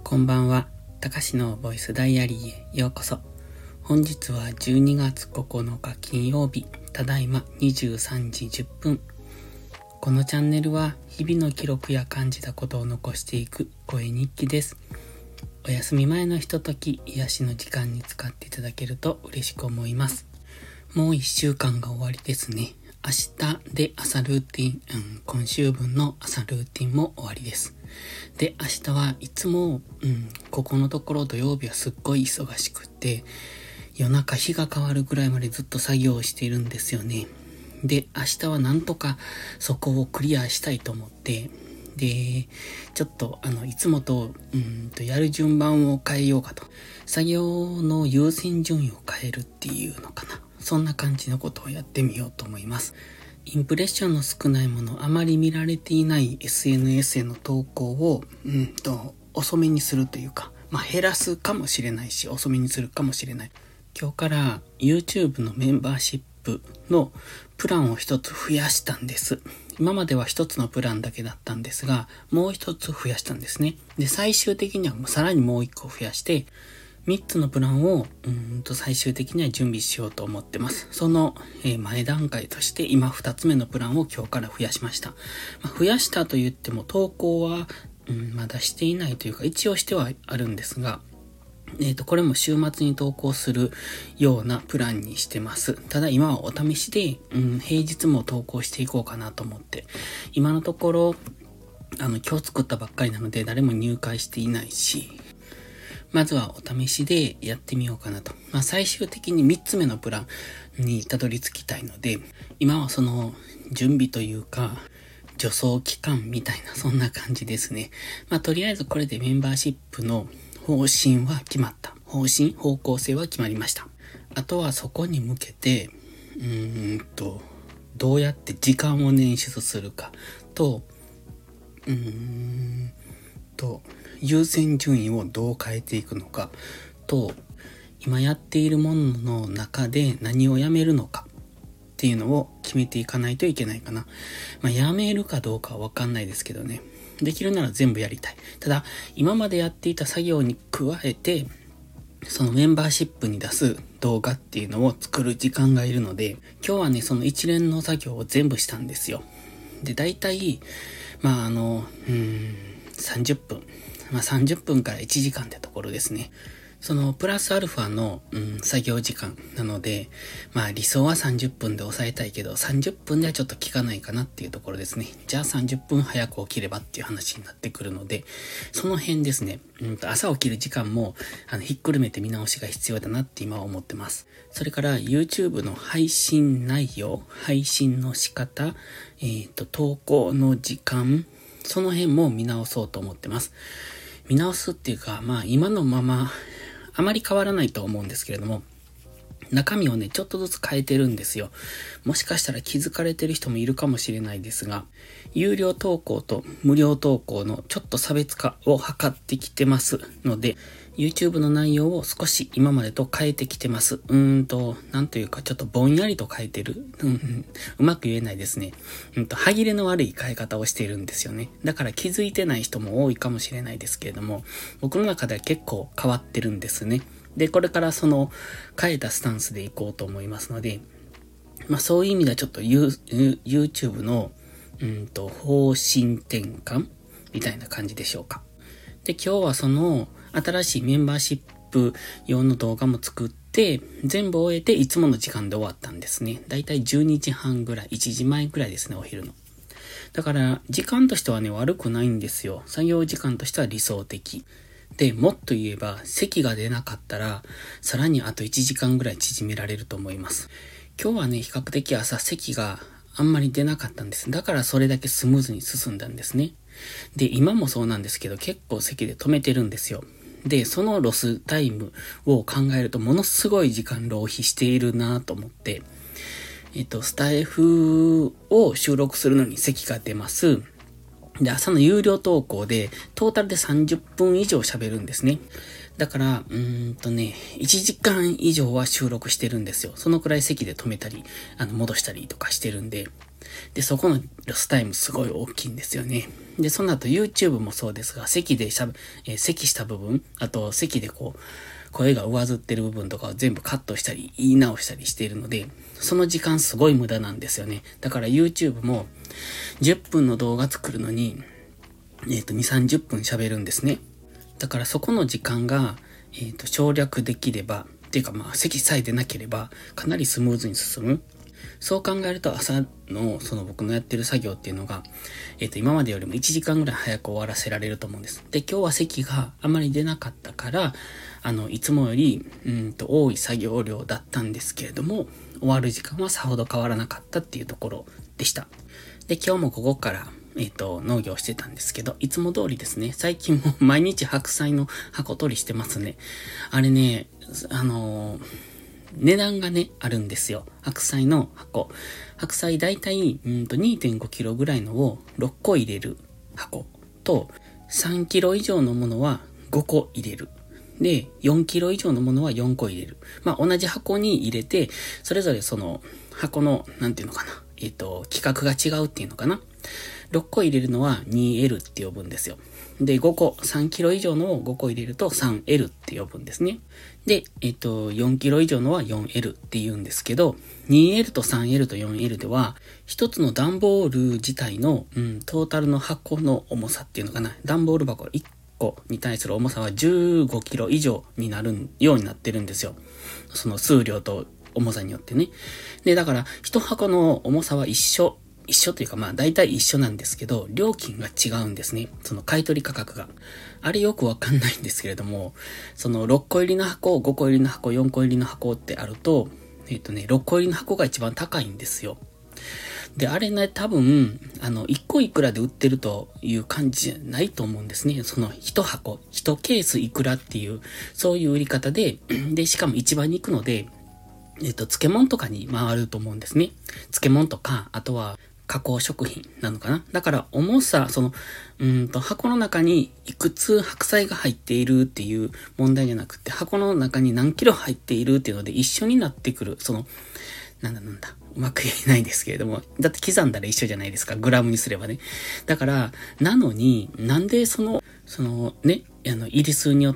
こんばんは。たかしのボイスダイアリーへようこそ。本日は12月9日金曜日、ただいま23時10分。このチャンネルは日々の記録や感じたことを残していく声日記です。お休み前のひととき、癒しの時間に使っていただけると嬉しく思います。もう1週間が終わりですね。明日で朝ルーティン、今週分の朝ルーティンも終わりです。で、明日はいつも、ここのところ土曜日はすっごい忙しくて、夜中日が変わるぐらいまでずっと作業をしているんですよね。で、明日はなんとかそこをクリアしたいと思って、で、ちょっといつもと、やる順番を変えようかと。作業の優先順位を変えるっていうのかな。そんな感じのことをやってみようと思います。インプレッションの少ないもの、あまり見られていない SNS への投稿を、遅めにするというか、減らすかもしれないし、遅めにするかもしれない。今日から YouTube のメンバーシップのプランを一つ増やしたんです。今までは一つのプランだけだったんですが、もう一つ増やしたんですね。で、最終的にはさらにもう一個増やして、3つのプランを最終的には準備しようと思ってます。その、前段階として今2つ目のプランを今日から増やしました。増やしたと言っても投稿は、まだしていないというか一応してはあるんですが、これも週末に投稿するようなプランにしてます。ただ今はお試しで、平日も投稿していこうかなと思って、今のところ今日作ったばっかりなので誰も入会していないし、まずはお試しでやってみようかなと。最終的に3つ目のプランにたどり着きたいので、今はその準備というか、助走期間みたいな、そんな感じですね。とりあえずこれでメンバーシップの方針は決まった。方向性は決まりました。あとはそこに向けて、どうやって時間を捻出するかと、優先順位をどう変えていくのかと、今やっているものの中で何をやめるのかっていうのを決めていかないといけないかな。やめるかどうかはわかんないですけどね。できるなら全部やりたい。ただ、今までやっていた作業に加えて、そのメンバーシップに出す動画っていうのを作る時間がいるので、今日はね、その一連の作業を全部したんですよ。で、だいたい、30分。30分から1時間ってところですね。そのプラスアルファの、作業時間なので、理想は30分で抑えたいけど、30分ではちょっと効かないかなっていうところですね。じゃあ30分早く起きればっていう話になってくるので、その辺ですね。朝起きる時間も、ひっくるめて見直しが必要だなって今は思ってます。それから YouTube の配信内容、配信の仕方、投稿の時間、その辺も見直そうと思ってます。見直すっていうか、今のまま、あまり変わらないと思うんですけれども、中身をね、ちょっとずつ変えてるんですよ。もしかしたら気づかれてる人もいるかもしれないですが、有料投稿と無料投稿のちょっと差別化を図ってきてますので、YouTube の内容を少し今までと変えてきてます。なんというかちょっとぼんやりと変えてる。うまく言えないですね。歯切れの悪い変え方をしているんですよね。だから気づいてない人も多いかもしれないですけれども、僕の中では結構変わってるんですね。で、これからその変えたスタンスでいこうと思いますので、そういう意味ではちょっとYouTube の方針転換みたいな感じでしょうか。で、今日はその新しいメンバーシップ用の動画も作って、全部終えていつもの時間で終わったんですね。だいたい12時半ぐらい、1時前ぐらいですね、お昼の。だから、時間としてはね、悪くないんですよ。作業時間としては理想的。で、もっと言えば、席が出なかったら、さらにあと1時間ぐらい縮められると思います。今日はね、比較的朝席があんまり出なかったんです。だからそれだけスムーズに進んだんですね。で、今もそうなんですけど、結構席で止めてるんですよ。で、そのロスタイムを考えると、ものすごい時間浪費しているなと思って、スタイフを収録するのに席が出ます。で、朝の有料投稿で、トータルで30分以上喋るんですね。だから、1時間以上は収録してるんですよ。そのくらい席で止めたり、戻したりとかしてるんで。 で、そこのロスタイムすごい大きいんですよね。で、その後 YouTube もそうですが、咳した部分、あと咳で声が上ずってる部分とかを全部カットしたり、言い直したりしているので、その時間すごい無駄なんですよね。だから YouTube も10分の動画作るのに、2、30分喋るんですね。だからそこの時間が、省略できれば、っていうか咳さえ出なければ、かなりスムーズに進む。そう考えると朝の僕のやってる作業っていうのが、今までよりも1時間ぐらい早く終わらせられると思うんです。で、今日は咳があまり出なかったから、いつもより、多い作業量だったんですけれども、終わる時間はさほど変わらなかったっていうところでした。で、今日もここから、農業してたんですけど、いつも通りですね、最近も毎日白菜の箱取りしてますね。あれね、値段がね、あるんですよ。白菜の箱。白菜だいたい2.5 キロぐらいのを6個入れる箱と、3キロ以上のものは5個入れる。で、4キロ以上のものは4個入れる。同じ箱に入れて、それぞれその箱の、なんていうのかな。規格が違うっていうのかな。6個入れるのは 2L って呼ぶんですよ。で、5個、3キロ以上のを5個入れると 3L って呼ぶんですね。で、4キロ以上のは 4L って言うんですけど、2L と 3L と 4L では、一つの段ボール自体の、トータルの箱の重さっていうのかな。段ボール箱1個に対する重さは15キロ以上になるようになってるんですよ。その数量と重さによってね。で、だから、一箱の重さは一緒というか大体一緒なんですけど、料金が違うんですね。その買い取り価格が。あれよくわかんないんですけれども、その6個入りの箱、5個入りの箱、4個入りの箱ってあると、6個入りの箱が一番高いんですよ。で、あれね、多分、1個いくらで売ってるという感じじゃないと思うんですね。その1箱、1ケースいくらっていう、そういう売り方で、で、しかも市場に行くので、漬物とかに回ると思うんですね。漬物とか、あとは、加工食品なのかな。だから重さ、箱の中にいくつ白菜が入っているっていう問題じゃなくて、箱の中に何キロ入っているっていうので一緒になってくる。なんだ、うまく言えないですけれども、だって刻んだら一緒じゃないですか。グラムにすればね。だから、なのに、なんで入り数によって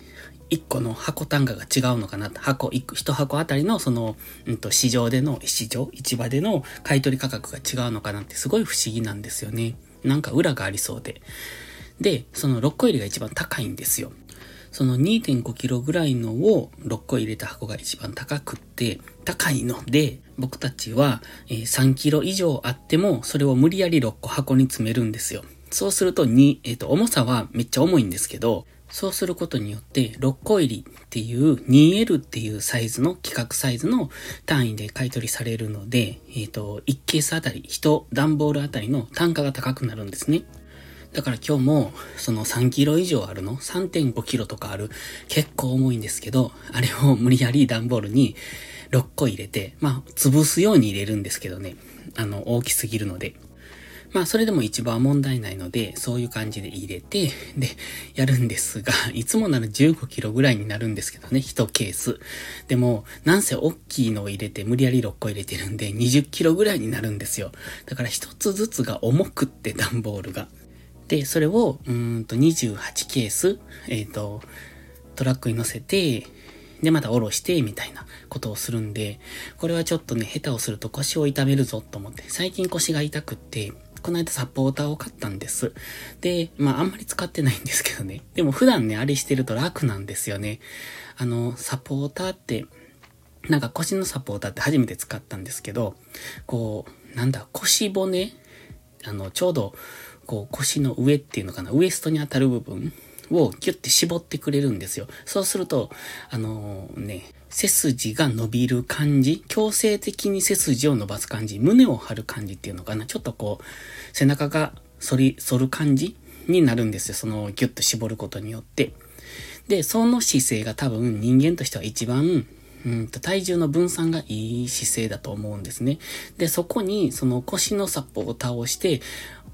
、1個の箱単価が違うのかな。1箱あたりの市場での、市場での買い取り価格が違うのかなってすごい不思議なんですよね。なんか裏がありそうで。で、その6個入りが一番高いんですよ。その 2.5 キロぐらいのを6個入れた箱が一番高いので、僕たちは3キロ以上あっても、それを無理やり6個箱に詰めるんですよ。そうすると重さはめっちゃ重いんですけど、そうすることによって6個入りっていう 2L っていうサイズの規格サイズの単位で買い取りされるので、1ケースあたり、1段ボールあたりの単価が高くなるんですね。だから今日もその3キロ以上あるの 3.5 キロとかある結構重いんですけど、あれを無理やり段ボールに6個入れて、潰すように入れるんですけどね。大きすぎるので。それでも一番問題ないので、そういう感じで入れて、で、やるんですが、いつもなら15キロぐらいになるんですけどね、1ケース。でも、なんせ大きいのを入れて、無理やり6個入れてるんで、20キロぐらいになるんですよ。だから一つずつが重くって、段ボールが。で、それを、28ケース、トラックに乗せて、で、また下ろして、みたいなことをするんで、これはちょっとね、下手をすると腰を痛めるぞと思って、最近腰が痛くって、この間サポーターを買ったんです。で、あんまり使ってないんですけどね。でも普段ね、あれしてると楽なんですよね。サポーターって、なんか腰のサポーターって初めて使ったんですけど、腰骨ちょうど、腰の上っていうのかな、ウエストに当たる部分をキュッて絞ってくれるんですよ。そうすると、背筋が伸びる感じ、強制的に背筋を伸ばす感じ、胸を張る感じっていうのかな、ちょっと背中が反る感じになるんですよ。ギュッと絞ることによって。で、その姿勢が多分人間としては一番、体重の分散がいい姿勢だと思うんですね。で、そこにその腰のサポーターをして、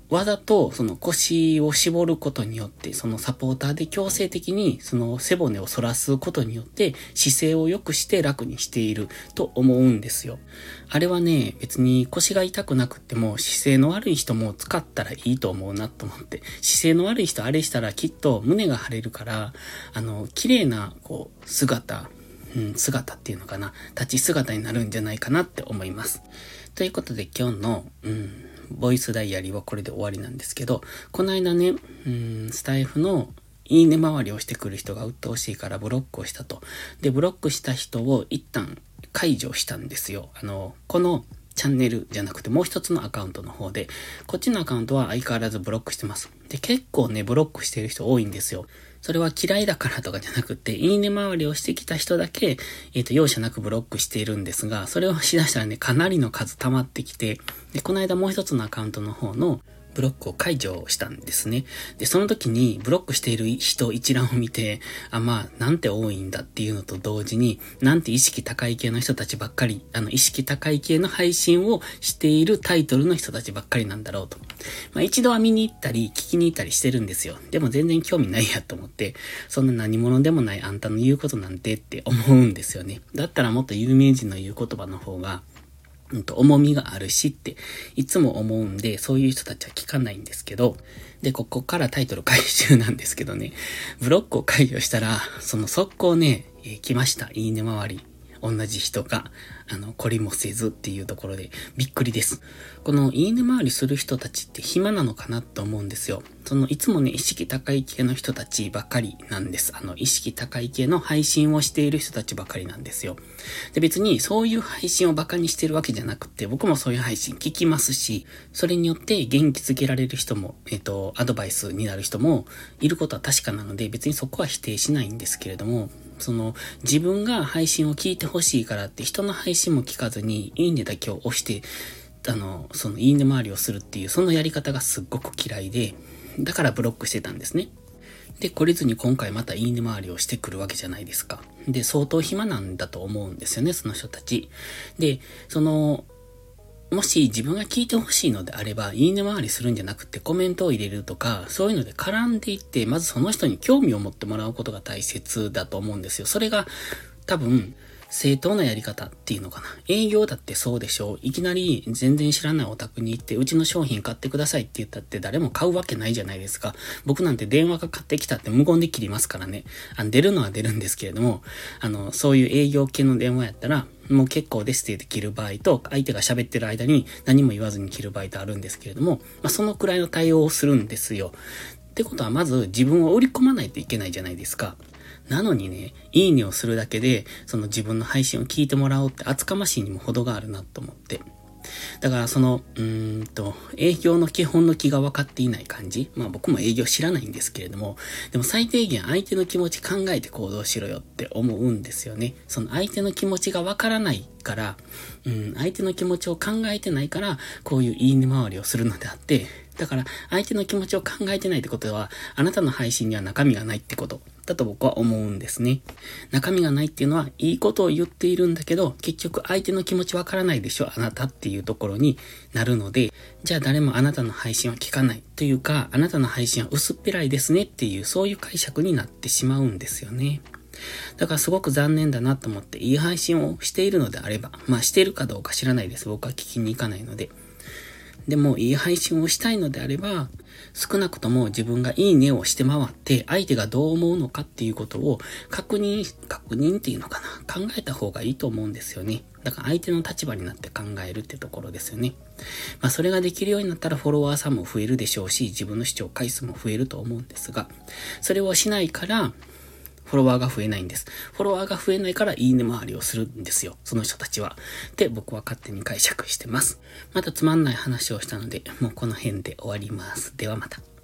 わざとその腰を絞ることによって、そのサポーターで強制的にその背骨を反らすことによって姿勢を良くして楽にしていると思うんですよ。あれはね、別に腰が痛くなくっても姿勢の悪い人も使ったらいいと思うなと思って、姿勢の悪い人あれしたらきっと胸が張れるから、綺麗な姿っていうのかな、立ち姿になるんじゃないかなって思います。ということで今日の、ボイスダイアリーはこれで終わりなんですけど、この間ね、スタイフのいいね回りをしてくる人が鬱陶しいからブロックをしたと。で、ブロックした人を一旦解除したんですよ。このチャンネルじゃなくてもう一つのアカウントの方で、こっちのアカウントは相変わらずブロックしてます。で、結構ね、ブロックしてる人多いんですよ。それは嫌いだからとかじゃなくて、いいね回りをしてきた人だけ、容赦なくブロックしているんですが、それをしだしたらね、かなりの数溜まってきて、で、この間もう一つのアカウントの方のブロックを解除したんですね。で、その時にブロックしている人一覧を見て、なんて多いんだっていうのと同時に、なんて意識高い系の人たちばっかり、意識高い系の配信をしているタイトルの人たちばっかりなんだろうと。一度は見に行ったり、聞きに行ったりしてるんですよ。でも全然興味ないやと思って、そんな何者でもないあんたの言うことなんてって思うんですよね。だったらもっと有名人の言う言葉の方が、重みがあるしっていつも思うんで、そういう人たちは聞かないんですけど、で、ここからタイトル回収なんですけどね、ブロックを解除したら、その速攻ね、来ました。いいね回り。同じ人が、懲りもせずっていうところでびっくりです。このいいね回りする人たちって暇なのかなと思うんですよ。いつもね、意識高い系の人たちばっかりなんです。意識高い系の配信をしている人たちばっかりなんですよ。で、別にそういう配信をバカにしてるわけじゃなくて、僕もそういう配信聞きますし、それによって元気づけられる人も、アドバイスになる人もいることは確かなので、別にそこは否定しないんですけれども、自分が配信を聞いてほしいからって人の配信も聞かずに、いいねだけを押して、いいね回りをするっていう、そのやり方がすっごく嫌いで、だからブロックしてたんですね。で、懲りずに今回またいいね回りをしてくるわけじゃないですか。で、相当暇なんだと思うんですよね、その人たち。で、もし自分が聞いてほしいのであれば、いいね回りするんじゃなくてコメントを入れるとか、そういうので絡んでいって、まずその人に興味を持ってもらうことが大切だと思うんですよ。それが多分、正当なやり方っていうのかな。営業だってそうでしょう。いきなり全然知らないお宅に行って、うちの商品買ってくださいって言ったって誰も買うわけないじゃないですか。僕なんて電話が買ってきたって無言で切りますからね。出るのは出るんですけれども、そういう営業系の電話やったら、もう結構ですって言って切る場合と、相手が喋ってる間に何も言わずに切る場合とあるんですけれども、そのくらいの対応をするんですよ。ってことはまず自分を売り込まないといけないじゃないですか。なのにね、いいねをするだけで、自分の配信を聞いてもらおうって厚かましいにも程があるなと思って。だから営業の基本の気が分かっていない感じ。僕も営業知らないんですけれども、でも最低限相手の気持ち考えて行動しろよって思うんですよね。相手の気持ちが分からないから、相手の気持ちを考えてないから、こういういいね回りをするのであって、だから相手の気持ちを考えてないってことは、あなたの配信には中身がないってことだと僕は思うんですね。中身がないっていうのは、いいことを言っているんだけど、結局相手の気持ちわからないでしょ、あなたっていうところになるので、じゃあ誰もあなたの配信は聞かないというか、あなたの配信は薄っぺらいですねっていう、そういう解釈になってしまうんですよね。だからすごく残念だなと思って、いい配信をしているのであれば、しているかどうか知らないです。僕は聞きに行かないので。でも、いい配信をしたいのであれば、少なくとも自分がいいねをして回って、相手がどう思うのかっていうことを確認っていうのかな。考えた方がいいと思うんですよね。だから相手の立場になって考えるってところですよね。それができるようになったらフォロワーさんも増えるでしょうし、自分の視聴回数も増えると思うんですが、それをしないから、フォロワーが増えないんです。フォロワーが増えないからいいね回りをするんですよ。その人たちは。で、僕は勝手に解釈してます。またつまんない話をしたので、もうこの辺で終わります。ではまた。